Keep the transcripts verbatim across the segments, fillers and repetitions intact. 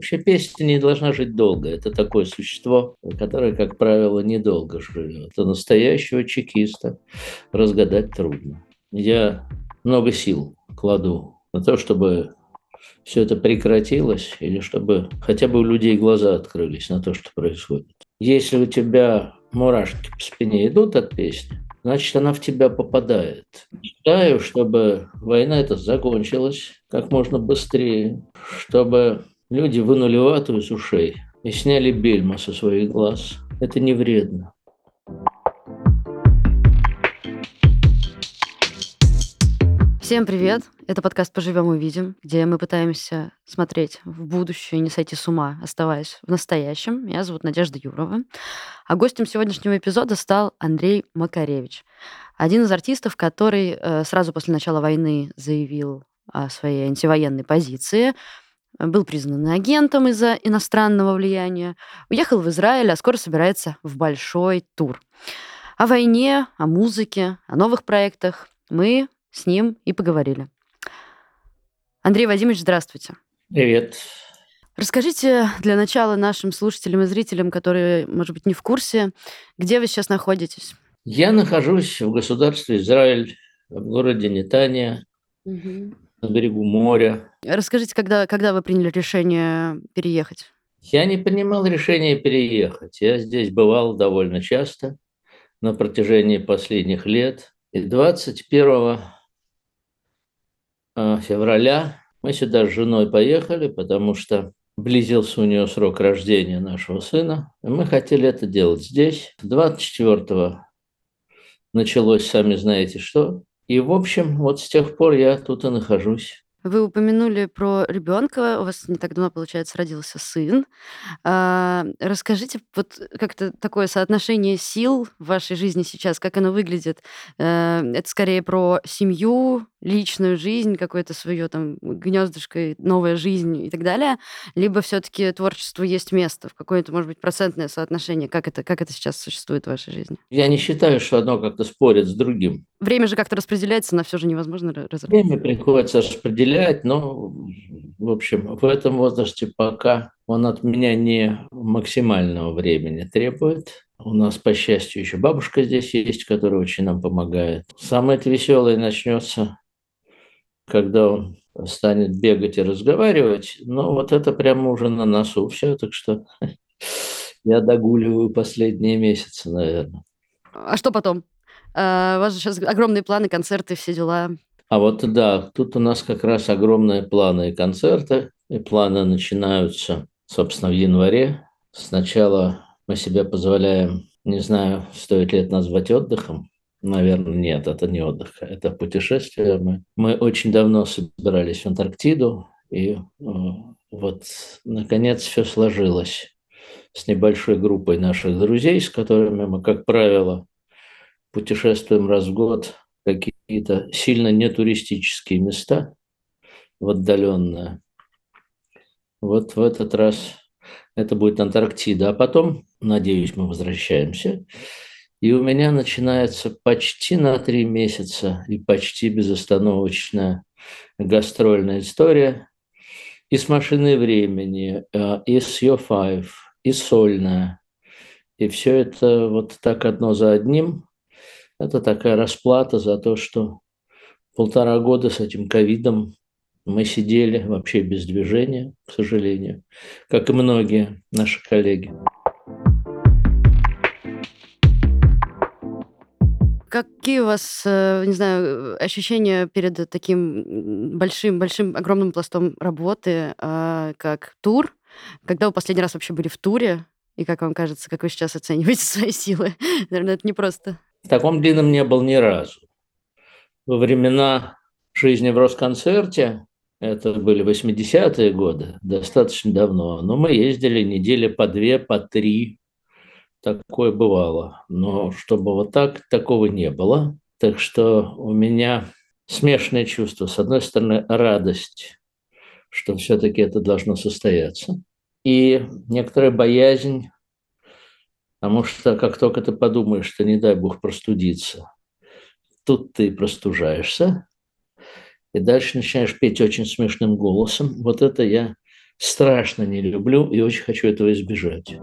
Вообще песня не должна жить долго. Это такое существо, которое, как правило, недолго живет. А настоящего чекиста разгадать трудно. Я много сил кладу на то, чтобы все это прекратилось, или чтобы хотя бы у людей глаза открылись на то, что происходит. Если у тебя мурашки по спине идут от песни, значит, она в тебя попадает. Мечтаю, чтобы война эта закончилась как можно быстрее, чтобы люди вынули вату из ушей и сняли бельма со своих глаз. Это не вредно. Всем привет! Это подкаст «Поживем увидим», где мы пытаемся смотреть в будущее и не сойти с ума, оставаясь в настоящем. Меня зовут Надежда Юрова. А гостем сегодняшнего эпизода стал Андрей Макаревич, один из артистов, который э, сразу после начала войны заявил о своей антивоенной позиции, был признан агентом из-за иностранного влияния, уехал в Израиль, а скоро собирается в большой тур. О войне, о музыке, о новых проектах мы с ним и поговорили. Андрей Вадимович, здравствуйте. Привет. Расскажите для начала нашим слушателям и зрителям, которые, может быть, не в курсе, где вы сейчас находитесь? Я нахожусь в государстве Израиль, в городе Нетания, Угу. на берегу моря. Расскажите, когда, когда вы приняли решение переехать? Я не принимал решения переехать. Я здесь бывал довольно часто на протяжении последних лет. И двадцать первого февраля мы сюда с женой поехали, потому что близился у нее срок рождения нашего сына. И мы хотели это делать здесь. двадцать четвёртого началось, сами знаете что. И, в общем, вот с тех пор я тут и нахожусь. Вы упомянули про ребенка, у вас не так давно, получается, родился сын. А, расскажите, вот как-то такое соотношение сил в вашей жизни сейчас, как оно выглядит? Э, Это скорее про семью, личную жизнь, какое-то свое там гнездышко, новая жизнь и так далее, либо все-таки творчеству есть место, в какое-то, может быть, процентное соотношение? Как это, как это сейчас существует в вашей жизни? Я не считаю, что одно как-то спорит с другим. Время же как-то распределяется, но все же невозможно ра- разорвать. Время приходится распределять, но, в общем, в этом возрасте пока он от меня не максимального времени требует. У нас, по счастью, еще бабушка здесь есть, которая очень нам помогает. Самое это веселое начнется, когда он станет бегать и разговаривать. Но вот это прямо уже на носу все, так что я догуливаю последние месяцы, наверное. А что потом? А, у вас же сейчас огромные планы, концерты, все дела. А вот да, тут у нас как раз огромные планы и концерты, и планы начинаются, собственно, в январе. Сначала мы себе позволяем, не знаю, стоит ли это назвать отдыхом. Наверное, нет, это не отдых, это путешествие. Мы, мы очень давно собирались в Антарктиду, и э, вот, наконец, все сложилось с небольшой группой наших друзей, с которыми мы, как правило, путешествуем раз в год в какие-то сильно нетуристические места, в отдаленные. Вот в этот раз это будет Антарктида. А потом, надеюсь, мы возвращаемся. И у меня начинается почти на три месяца и почти безостановочная гастрольная история и с «Машиной времени», и с Ё пять, и сольная. И все это вот так одно за одним. Это такая расплата за то, что полтора года с этим ковидом мы сидели вообще без движения, к сожалению, как и многие наши коллеги. Какие у вас, э, не знаю, ощущения перед таким большим, большим, огромным пластом работы, а, как тур? Когда вы последний раз вообще были в туре? И как вам кажется, как вы сейчас оцениваете свои силы? Наверное, это непросто. В таком длинном не был ни разу. Во времена жизни в Росконцерте, это были восьмидесятые годы, достаточно давно, но мы ездили недели по две, по три, такое бывало. Но чтобы вот так, такого не было. Так что у меня смешанное чувство. С одной стороны, радость, что все-таки это должно состояться. И некоторая боязнь, потому что как только ты подумаешь, что не дай бог простудиться, тут ты простужаешься, и дальше начинаешь петь очень смешным голосом. Вот это я страшно не люблю и очень хочу этого избежать.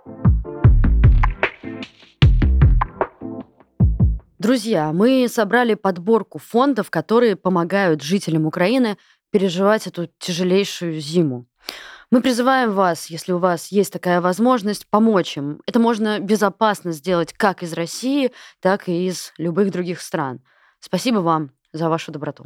Друзья, мы собрали подборку фондов, которые помогают жителям Украины переживать эту тяжелейшую зиму. Мы призываем вас, если у вас есть такая возможность, помочь им. Это можно безопасно сделать как из России, так и из любых других стран. Спасибо вам за вашу доброту.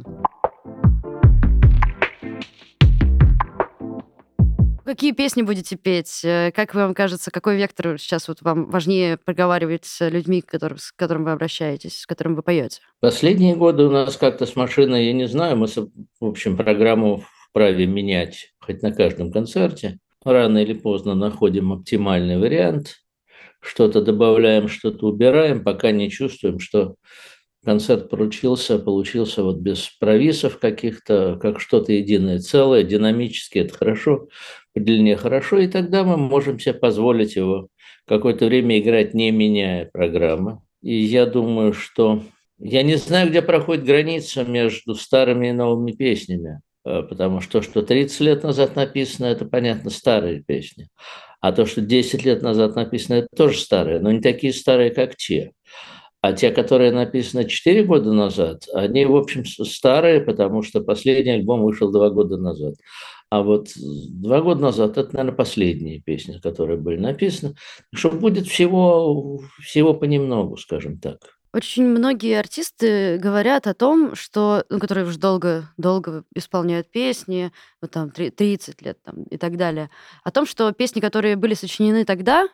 Какие песни будете петь? Э, Как вам кажется, какой вектор сейчас вот вам важнее проговаривать с людьми, которым- с которым вы обращаетесь, с которым вы поете? Последние годы у нас как-то с машиной, я не знаю, мы, со- в общем, программу вправе менять хоть на каждом концерте. Рано или поздно находим оптимальный вариант, что-то добавляем, что-то убираем, пока не чувствуем, что концерт получился, получился вот без провисов каких-то, как что-то единое целое, динамически это хорошо, по длине хорошо, и тогда мы можем себе позволить его какое-то время играть, не меняя программы. И я думаю, что я не знаю, где проходит граница между старыми и новыми песнями, э, потому что то, что тридцать лет назад написано, это, понятно, старые песни. А то, что десять лет назад написано, это тоже старые, но не такие старые, как те. А те, которые написаны четыре года назад, они, в общем, с- старые, потому что последний альбом вышел два года назад. А вот два года назад это, наверное, последние песни, которые были написаны. Так что будет всего, всего понемногу, скажем так. Очень многие артисты говорят о том, что, ну, которые уже долго, долго исполняют песни, вот там три- тридцать лет там, и так далее, о том, что песни, которые были сочинены тогда,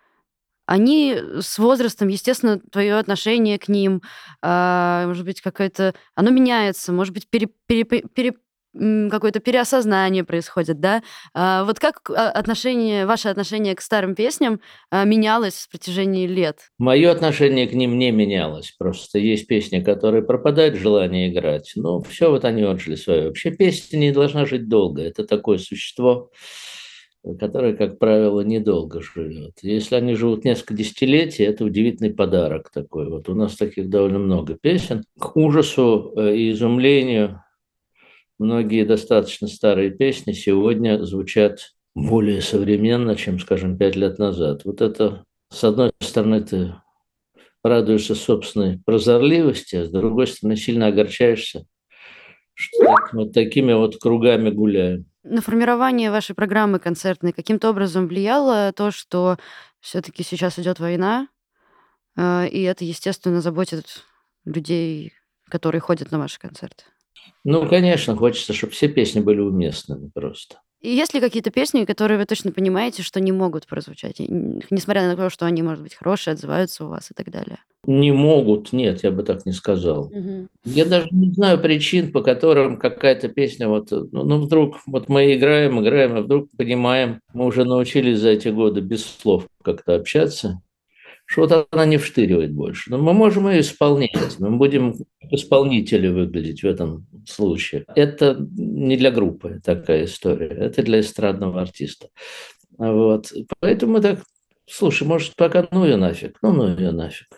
они с возрастом, естественно, твое отношение к ним, а, может быть, какое-то, оно меняется, может быть, пере, пере- пере- м, какое-то переосознание происходит, да? А, вот как а, отношение, ваше отношение к старым песням а, менялось в протяжении лет? Мое отношение к ним не менялось. Просто есть песни, которые пропадает желание играть. Но все вот они отжили свое. Вообще песня не должна жить долго. Это такое существо, которое, как правило, недолго живет. Если они живут несколько десятилетий, это удивительный подарок такой. Вот у нас таких довольно много песен. К ужасу э, и изумлению многие достаточно старые песни сегодня звучат более современно, чем, скажем, пять лет назад. Вот это, с одной стороны, ты радуешься собственной прозорливости, а с другой стороны сильно огорчаешься, что так- вот такими вот кругами гуляем. На формирование вашей программы концертной каким-то образом влияло то, что все таки сейчас идет война, э, и это, естественно, заботит людей, которые ходят на ваши концерты? Ну, конечно, хочется, чтобы все песни были уместными просто. И есть ли какие-то песни, которые вы точно понимаете, что не могут прозвучать, и н несмотря на то, что они, может быть, хорошие, отзываются у вас и так далее? Не могут, нет, я бы так не сказал. Мгм. Я даже не знаю причин, по которым какая-то песня вот, э, ну, ну, вдруг вот мы играем, играем, а вдруг понимаем, мы уже научились за эти годы без слов как-то общаться, что вот она не вштыривает больше. Но мы можем ее исполнять, мы будем как исполнители выглядеть в этом случае. Это не для группы такая история, это для эстрадного артиста. Вот. Поэтому мы так, слушай, может, пока ну ее нафиг, ну ну ее нафиг.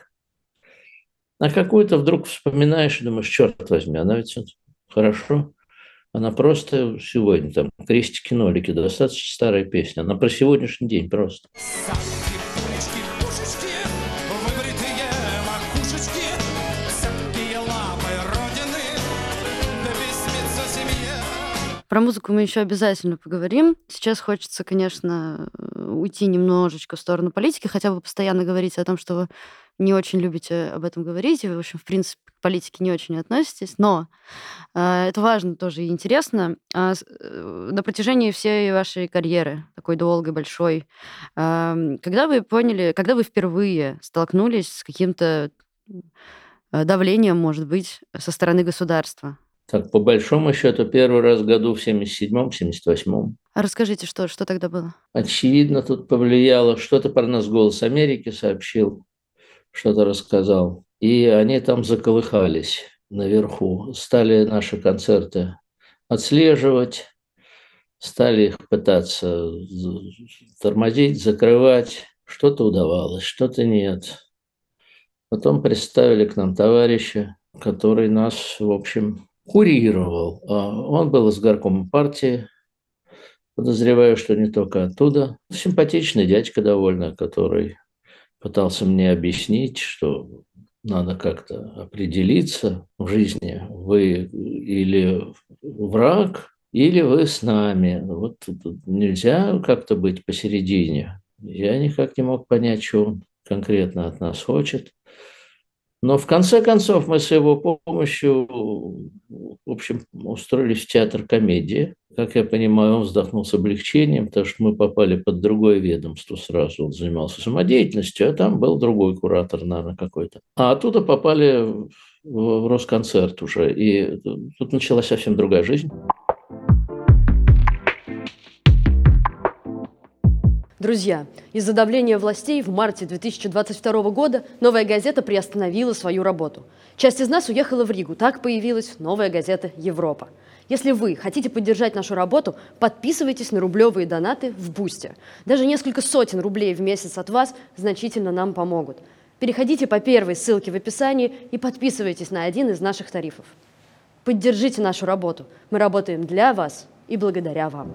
А какую-то вдруг вспоминаешь и думаешь, черт возьми, она ведь хорошо. Она просто сегодня, там, крестики-нолики, достаточно старая песня. Она про сегодняшний день просто. Санки, пулечки, пушечки, выбритые макушечки, цепкие лапы Родины, да веселится семья. Про музыку мы еще обязательно поговорим. Сейчас хочется, конечно, э, уйти немножечко в сторону политики, хотя вы постоянно говорите о том, что вы не очень любите об этом говорить, и вы, в общем, в принципе, к политике не очень относитесь, но А, это важно тоже и интересно. А, с э, на протяжении всей вашей карьеры, такой долгой, большой, ам, когда вы поняли, когда вы впервые столкнулись с каким-то, м, э, давлением, может быть, со стороны государства? Так, по большому счету, первый раз году в семьдесят седьмом семьдесят восьмом. А расскажите, что что тогда было? Очевидно, тут повлияло, что-то про нас «Голос Америки» сообщил, что-то рассказал. И они там заколыхались наверху, стали наши концерты отслеживать, стали их пытаться з- тормозить, закрывать. Что-то удавалось, что-то нет. Потом представили к нам товарища, который нас, в общем, курировал. А Он был из горкома партии, Подозреваю, что не только оттуда. Симпатичный дядька довольно, который пытался мне объяснить, что надо как-то определиться в жизни. Вы или враг, или вы с нами. Вот тут нельзя как-то быть посередине. Я никак не мог понять, что он конкретно от нас хочет. Но в конце концов мы с его помощью, в общем, устроились в театр комедии. Как я понимаю, он вздохнул с облегчением, потому что мы попали под другое ведомство сразу. Он занимался самодеятельностью, а там был другой куратор, наверное, какой-то. А оттуда попали в в Росконцерт уже. И тут началась совсем другая жизнь. Друзья, из-за давления властей в марте две тысячи двадцать второго года «Новая газета» приостановила свою работу. Часть из нас уехала в Ригу. Так появилась «Новая газета Европа». Если вы хотите поддержать нашу работу, подписывайтесь на рублевые донаты в Бусте. Даже несколько сотен рублей в месяц от вас значительно нам помогут. Переходите по первой ссылке в описании и подписывайтесь на один из наших тарифов. Поддержите нашу работу. Мы работаем для вас и благодаря вам.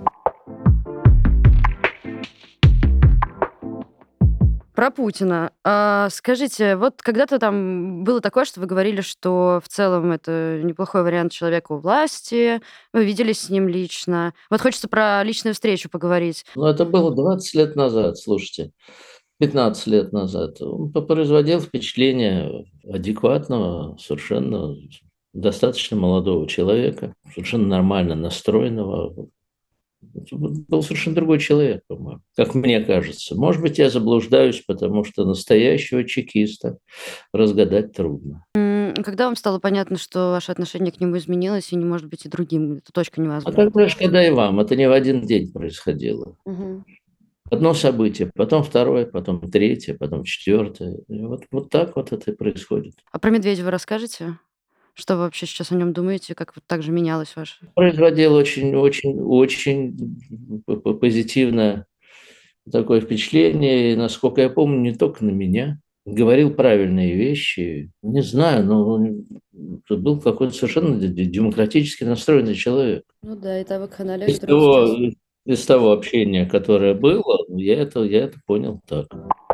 Про Путина. А, скажите, вот когда-то там было такое, что вы говорили, что в целом это неплохой вариант человека у власти, вы виделись с ним лично. Вот хочется про личную встречу поговорить. Но это было двадцать лет назад, слушайте, пятнадцать лет назад. Он производил впечатление адекватного, совершенно достаточно молодого человека, совершенно нормально настроенного. Это был совершенно другой человек, по-моему, как мне кажется. Может быть, я заблуждаюсь, потому что настоящего чекиста разгадать трудно. М, Когда вам стало понятно, что ваше отношение к нему изменилось и не может быть и другим? Это точка А невозможно. тогда же, когда и вам, это не в один день происходило. Мгм. Одно событие, потом второе, потом третье, потом четвертое. И вот, вот так вот это и происходит. А про Медведева расскажете? Что вы вообще сейчас о нем думаете? Как вот так же менялось ваше? Производил очень, очень, очень п- п- позитивное такое впечатление, и, насколько я помню, не только на меня. Говорил правильные вещи. Не знаю, но он был какой-то совершенно д- д- демократически настроенный человек. Ну да, и Тавок Ханалия, Из который того, сейчас... из того общения, которое было, я это, я это понял так.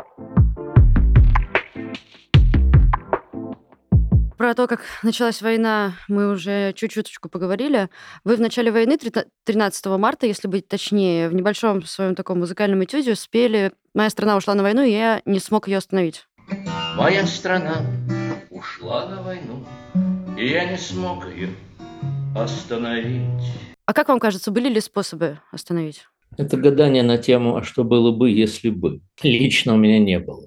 Про то, как началась война, мы уже чуть-чуточку поговорили. Вы в начале войны, тринадцатого марта, если быть точнее, в небольшом своем таком музыкальном этюде спели «Моя страна ушла на войну, и я не смог ее остановить». Моя страна ушла на войну, и я не смог ее остановить. А как вам кажется, были ли способы остановить? Это гадание на тему, а что было бы, если бы. Лично у меня не было.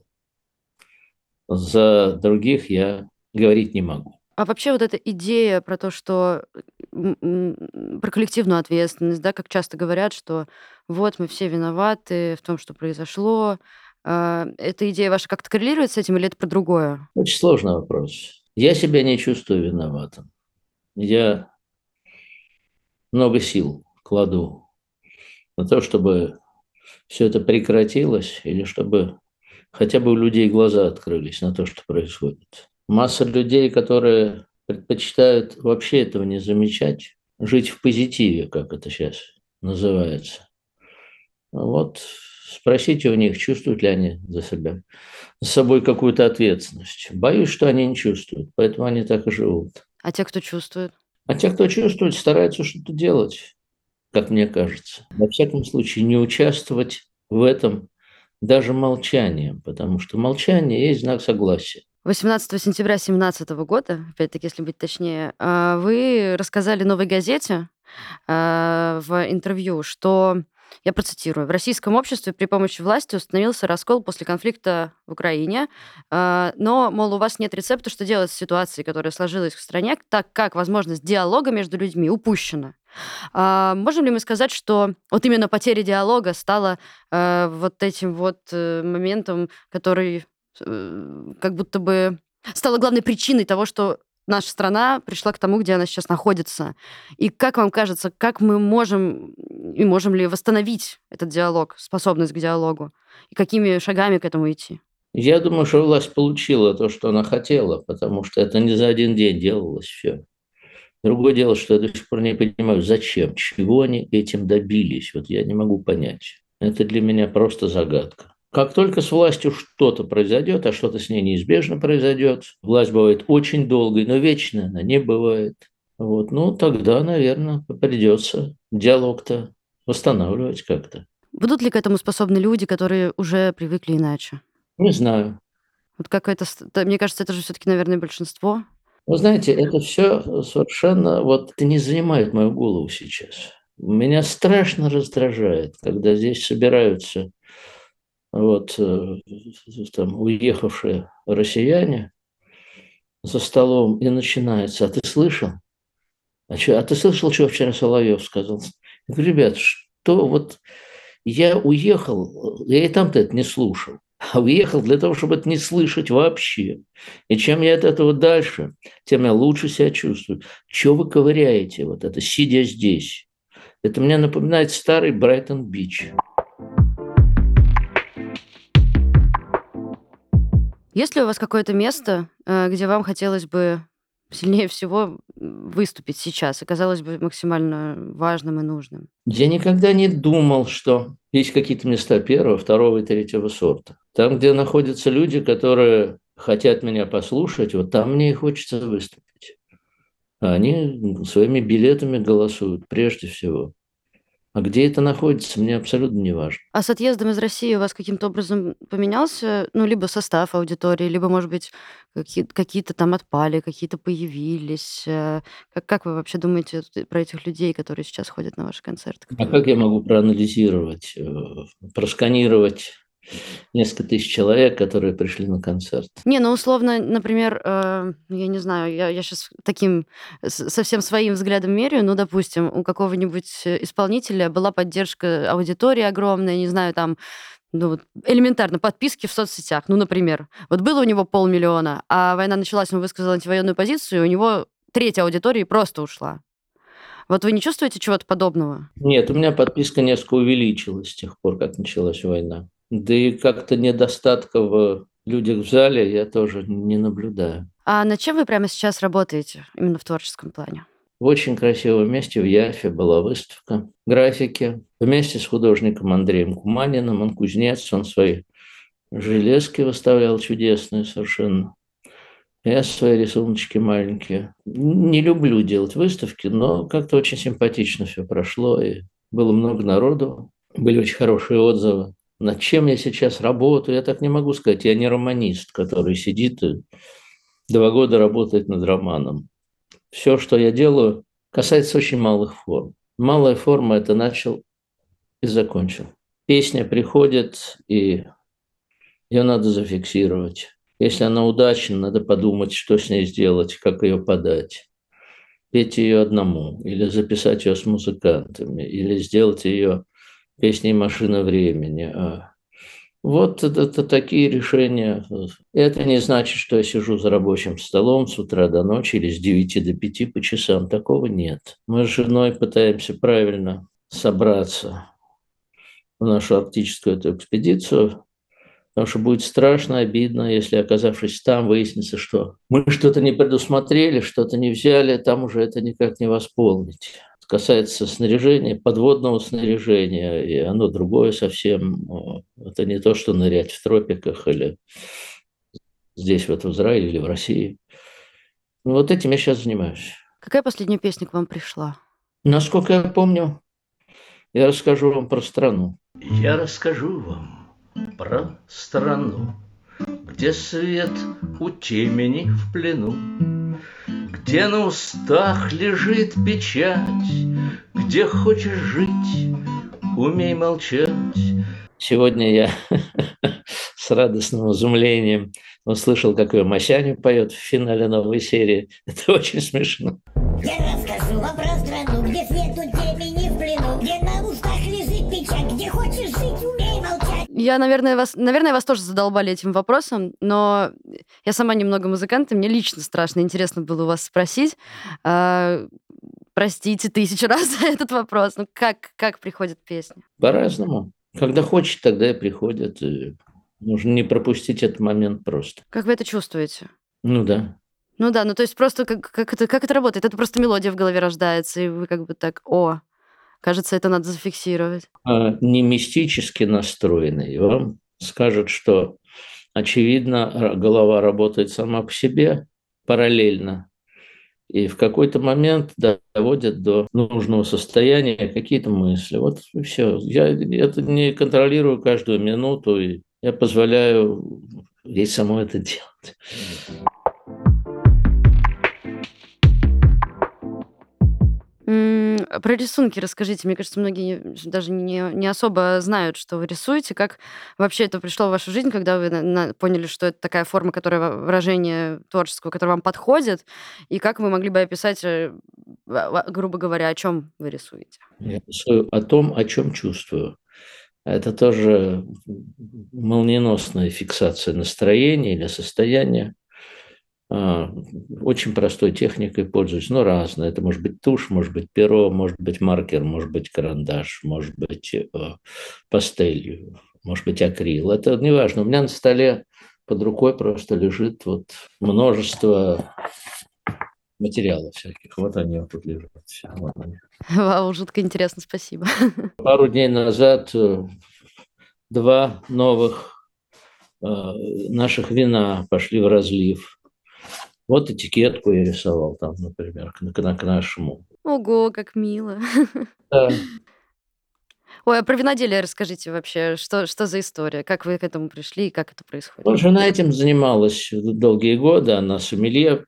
За других я говорить не могу. А вообще вот эта идея про то, что м, м, про коллективную ответственность, да, как часто говорят, что вот мы все виноваты в том, что произошло. а, Эта идея ваша как-то коррелирует с этим или это про другое? Очень сложный вопрос. Я себя не чувствую виноватым. Я много сил кладу на то, чтобы все это прекратилось или чтобы хотя бы у людей глаза открылись на то, что происходит. Масса людей, которые предпочитают вообще этого не замечать, жить в позитиве, как это сейчас называется. Вот спросите у них, чувствуют ли они за себя, за собой какую-то ответственность. Боюсь, что они не чувствуют, поэтому они так и живут. А те, кто чувствует? А те, кто чувствует, стараются что-то делать, как мне кажется. Во всяком случае, не участвовать в этом даже молчанием, потому что молчание есть знак согласия. восемнадцатого сентября две тысячи семнадцатого года, опять-таки, если быть точнее, а, вы рассказали «Новой газете» а, в интервью, что, я процитирую, «В российском обществе при помощи власти установился раскол после конфликта в Украине, а, но, мол, у вас нет рецепта, что делать с ситуацией, которая сложилась в стране, так как возможность диалога между людьми упущена». А, можем ли мы сказать, что вот именно потеря диалога стала э, вот этим вот э, моментом, который э, как будто бы стала главной причиной того, что наша страна пришла к тому, где она сейчас находится? И как вам кажется, как мы можем и можем ли восстановить этот диалог, способность к диалогу? И какими шагами к этому идти? Я думаю, что власть получила то, что она хотела, потому что это не за один день делалось все. Другое дело, что я до сих пор не понимаю, зачем, чего они этим добились. Вот я не могу понять. Это для меня просто загадка. Как только с властью что-то произойдет, а что-то с ней неизбежно произойдет, власть бывает очень долгой, но вечной она не бывает. Вот, ну, тогда, наверное, придется диалог-то восстанавливать как-то. Будут ли к этому способны люди, которые уже привыкли иначе? Не знаю. Вот какая-то, ст- да, мне кажется, это же все-таки, наверное, большинство. Вы знаете, это все совершенно вот это не занимает мою голову сейчас. Меня страшно раздражает, когда здесь собираются вот э, там уехавшие россияне за столом и начинается: а ты слышал? А, чё, а ты слышал, что вчера Соловьев сказал? Я говорю: ребят, что вот я уехал, я и там-то это не слушал, а уехал для того, чтобы это не слышать вообще. И чем я от этого дальше, тем я лучше себя чувствую. Чего вы ковыряете вот это, сидя здесь? Это мне напоминает старый Брайтон-Бич. Есть ли у вас какое-то место, э, где вам хотелось бы сильнее всего м, выступить сейчас и казалось бы максимально важным и нужным? Я никогда не думал, что есть какие-то места первого, второго и третьего сорта. Там, где находятся люди, которые хотят меня послушать, вот там мне и хочется выступить. А они своими билетами голосуют прежде всего. А где это находится, мне абсолютно не важно. А с отъездом из России у вас каким-то образом поменялся, ну, либо состав аудитории, либо, может быть, какие- какие-то там отпали, какие-то появились? э, Как, как вы вообще думаете т- про этих людей, которые сейчас ходят на ваши концерты? А Кто... как я могу проанализировать, э, просканировать несколько тысяч человек, которые пришли на концерт? Не, ну, условно, например, э, я не знаю, я, я сейчас таким с- совсем своим взглядом меряю, ну, допустим, у какого-нибудь э, исполнителя была поддержка аудитории огромная, не знаю, там, ну, вот элементарно, подписки в соцсетях, ну, например. Вот было у него полмиллиона, а война началась, он высказал антивоенную позицию, и у него треть аудитории просто ушла. Вот вы не чувствуете чего-то подобного? Нет, у меня подписка несколько увеличилась с тех пор, как началась война. Да и как-то недостатка в людях в зале я тоже не наблюдаю. А над чем вы прямо сейчас работаете, именно в творческом плане? В очень красивом месте в Яфе была выставка графики вместе с художником Андреем Куманиным. Он кузнец, он свои железки выставлял чудесные совершенно. Я свои рисуночки маленькие. Не люблю делать выставки, но как-то очень симпатично все прошло, и было много народу, были очень хорошие отзывы. Над чем я сейчас работаю, я так не могу сказать. Я не романист, который сидит и два года работает над романом. Все, что я делаю, касается очень малых форм. Малая форма – это начал и закончил. Песня приходит, и ее надо зафиксировать. Если она удачна, надо подумать, что с ней сделать, как ее подать. Петь ее одному, или записать ее с музыкантами, или сделать ее песней «Машина времени». А вот это, это такие решения. Это не значит, что я сижу за рабочим столом с утра до ночи или с девяти до пяти по часам. Такого нет. Мы с женой пытаемся правильно собраться в нашу арктическую эту экспедицию, потому что будет страшно, обидно, если, оказавшись там, выяснится, что мы что-то не предусмотрели, что-то не взяли, там уже это никак не восполнить. Это касается снаряжения, подводного снаряжения, и оно другое совсем. Это не то, что нырять в тропиках или здесь, вот в Израиле или в России. Ну, вот этим я сейчас занимаюсь. Какая последняя песня к вам пришла? Насколько я помню, я расскажу вам про страну. Я расскажу вам про страну, где свет у темени в плену, где на устах лежит печать, где хочешь жить, умей молчать. Сегодня я с радостным изумлением услышал, как ее Масяня поет в финале новой серии. Это очень смешно. Я расскажу вам про страну, где свет у темени в плену, где на устах лежит печать, где хочешь жить, умей молчать. Я, наверное, вас, наверное, вас тоже задолбали этим вопросом, но я сама немного музыкант, и мне лично страшно интересно было у вас спросить. А, простите тысячу раз за этот вопрос. Ну, как, как приходит песня? По-разному. Когда хочет, тогда и приходят. И нужно не пропустить этот момент просто. Как вы это чувствуете? Ну да. Ну да, ну то есть просто как, как, это, как это работает? Это просто мелодия в голове рождается, и вы как бы так, о, кажется, это надо зафиксировать. А не мистически настроенный вам скажет, что, очевидно, р- голова работает сама по себе параллельно, и в какой-то момент да, доводит до нужного состояния какие-то мысли. Вот и все. Я это не контролирую каждую минуту, и я позволяю ей само это делать. М, а Про рисунки расскажите. Мне кажется, многие даже не, не особо знают, что вы рисуете. Как вообще это пришло в вашу жизнь, когда вы на- на- поняли, что это такая форма, которая во- выражение творческого, которое вам подходит, и как вы могли бы описать, э, ва- ва- грубо говоря, о чем вы рисуете? Я пишу о том, о чем чувствую. Это тоже молниеносная фиксация настроения или состояния. А, Очень простой техникой пользуюсь, но разной. Это может быть тушь, может быть перо, может быть маркер, может быть карандаш, может быть э, пастель, может быть акрил. Это не важно. У меня на столе под рукой просто лежит вот множество материалов всяких. Вот они вот тут лежат. Все, вот они. Вау, жутко интересно, спасибо. Пару дней назад э, два новых э, наших вина пошли в разлив. Вот этикетку я рисовал там, например, к, к- к нашему. Ого, как мило. Да. Ой, а про виноделие расскажите вообще. Что, что за история? Как вы к этому пришли и как это происходит? Вот жена этим занималась долгие годы, она сомелье,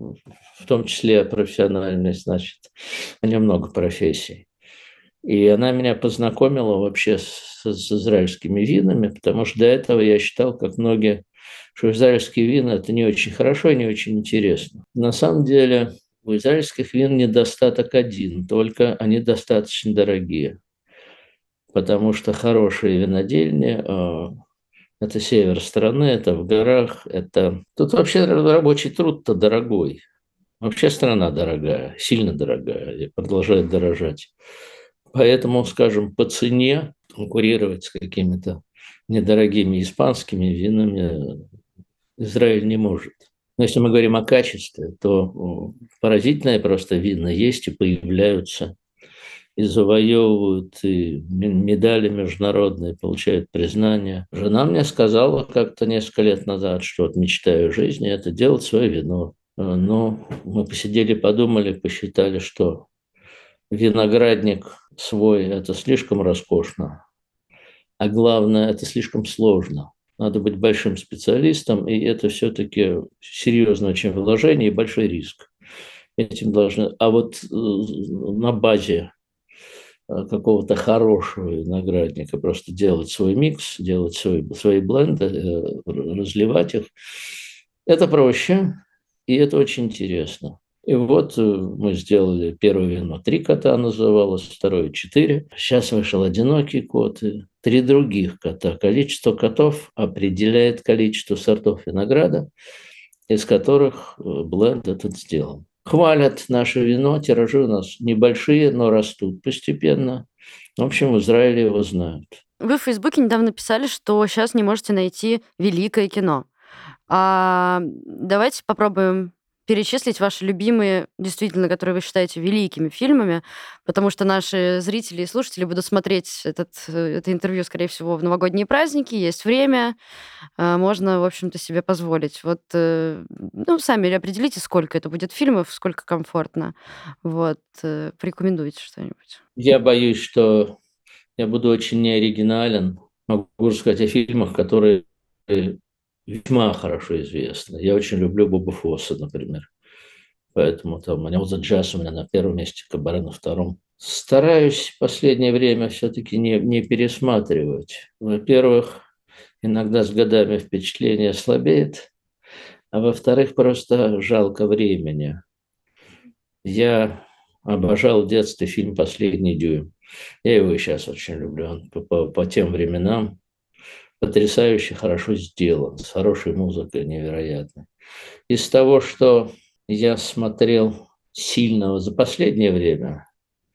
в том числе профессиональный, значит, у нее много профессий. И она меня познакомила вообще с, с израильскими винами, потому что до этого я считал, как многие, что израильские вина – это не очень хорошо и не очень интересно. На самом деле у израильских вин недостаток один, только они достаточно дорогие, потому что хорошие винодельни э, это север страны, это в горах, это… Тут вообще рабочий труд-то дорогой. Вообще страна дорогая, сильно дорогая, и продолжает дорожать. Поэтому, скажем, по цене конкурировать с какими-то недорогими испанскими винами Израиль не может. Но если мы говорим о качестве, то поразительные просто вина есть и появляются, и завоевывают, и медали международные, получают признание. Жена мне сказала как-то несколько лет назад, что вот мечтаю в жизни – это делать свое вино. Но мы посидели, подумали, посчитали, что виноградник свой – это слишком роскошно, а главное – это слишком сложно. Надо быть большим специалистом, и это все-таки серьезное очень вложение и большой риск. Этим должны… А вот на базе какого-то хорошего виноградника, просто делать свой микс, делать свой, свои бленды, разливать их. Это проще, и это очень интересно. И вот мы сделали первое вино «Три кота» называлось, второе «Четыре». Сейчас вышел «Одинокий кот» и три других кота. Количество котов определяет количество сортов винограда, из которых бленд этот сделан. Хвалят наше вино, тиражи у нас небольшие, но растут постепенно. В общем, в Израиле его знают. Вы в Фейсбуке недавно писали, что сейчас не можете найти великое кино. А, давайте попробуем перечислить ваши любимые, действительно, которые вы считаете великими фильмами, потому что наши зрители и слушатели будут смотреть этот, э, это интервью, скорее всего, в новогодние праздники, есть время, а, можно, в общем-то, себе позволить. Вот, э, ну, сами определите, сколько это будет фильмов, сколько комфортно. Вот, э, порекомендуйте что-нибудь. Я боюсь, что я буду очень неоригинален. Могу сказать о фильмах, которые весьма хорошо известны. Я очень люблю Боба Фосса, например. Поэтому там у него за джаз у меня на первом месте, Кабаре на втором. Стараюсь в последнее время все-таки не, не пересматривать. Во-первых, иногда с годами впечатление слабеет, а во-вторых, просто жалко времени. Я обожал в детстве фильм «Последний дюйм». Я его и сейчас очень люблю. Он по, по, по тем временам потрясающе хорошо сделан, с хорошей музыкой невероятной. Из того, что я смотрел сильного за последнее время,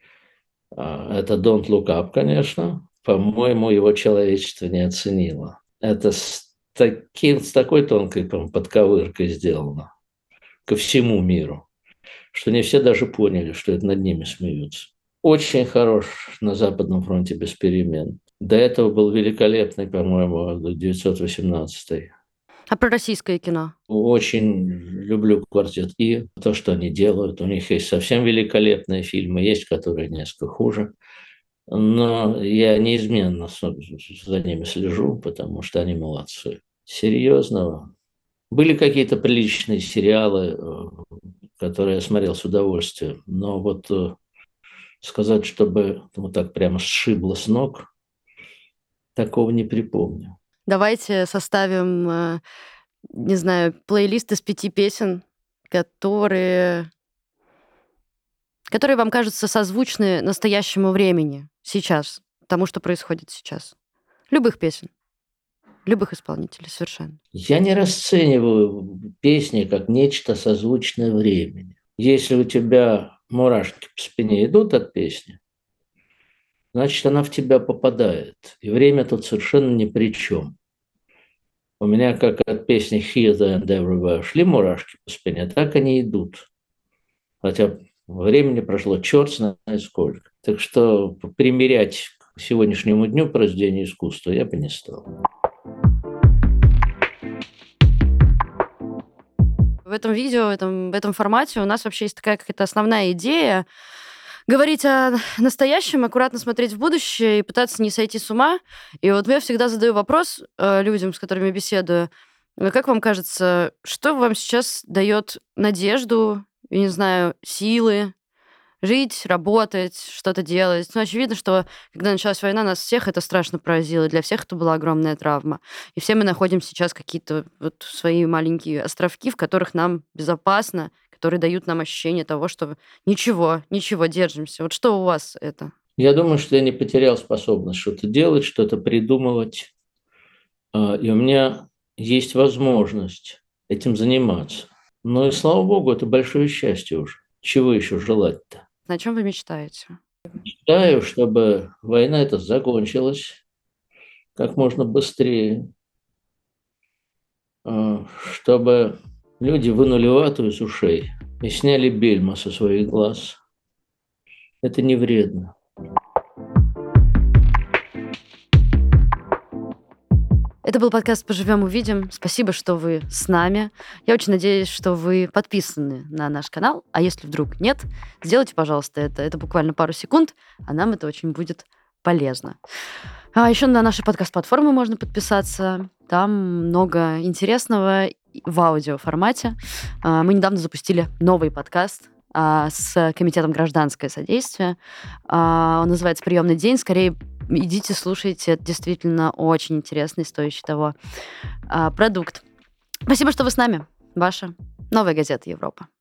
это «Don't Look Up», конечно. По-моему, его человечество не оценило. Это с, таким, с такой тонкой подковыркой сделано. ко всему миру, что не все даже поняли, что это над ними смеются. Очень хорош на Западном фронте без перемен. До этого был великолепный, по-моему, девятьсот восемнадцатый. А про российское кино? Очень люблю «Квартет И», то, что они делают. У них есть совсем великолепные фильмы, есть, которые несколько хуже. Но я неизменно за ними слежу, потому что они молодцы. Серьезного. Были какие-то приличные сериалы, которые я смотрел с удовольствием. Но вот сказать, чтобы вот так прямо сшибло с ног, такого не припомню. Давайте составим, не знаю, плейлист из пяти песен, которые, которые вам кажутся созвучны настоящему времени, сейчас, тому, что происходит сейчас. Любых песен, любых исполнителей совершенно. Я не расцениваю песни как нечто созвучное времени. Если у тебя мурашки по спине идут от песни, значит, она в тебя попадает. И время тут совершенно ни при чем. У меня, как от песни «Here, There and Everywhere» шли мурашки по спине, так они идут. Хотя времени прошло черт знает сколько. Так что примерять к сегодняшнему дню произведение искусства я бы не стал. В этом видео, в этом, в этом формате у нас вообще есть такая какая-то основная идея говорить о настоящем, аккуратно смотреть в будущее и пытаться не сойти с ума. И вот я всегда задаю вопрос э, людям, с которыми я беседую. Как вам кажется, что вам сейчас дает надежду, я не знаю, силы жить, работать, что-то делать? Ну, очевидно, что когда началась война, нас всех это страшно поразило. Для всех это была огромная травма. И все мы находим сейчас какие-то вот свои маленькие островки, в которых нам безопасно, которые дают нам ощущение того, что ничего, ничего, держимся. Вот что у вас это? Я думаю, что я не потерял способность что-то делать, что-то придумывать. И у меня есть возможность этим заниматься. Но и слава богу, это большое счастье уже. Чего еще желать-то? На чем вы мечтаете? Мечтаю, чтобы война эта закончилась как можно быстрее, чтобы люди вынули вату из ушей и сняли бельма со своих глаз. Это не вредно. Это был подкаст «Поживем, увидим». Спасибо, что вы с нами. Я очень надеюсь, что вы подписаны на наш канал. А если вдруг нет, сделайте, пожалуйста, это. Это буквально пару секунд, а нам это очень будет полезно. А еще на наши подкаст-платформы можно подписаться. Там много интересного в аудиоформате. Мы недавно запустили новый подкаст с Комитетом гражданское содействие. Он называется «Приемный день». Скорее, идите, слушайте. Это действительно очень интересный, стоящий того продукт. Спасибо, что вы с нами. Ваша Новая газета Европа.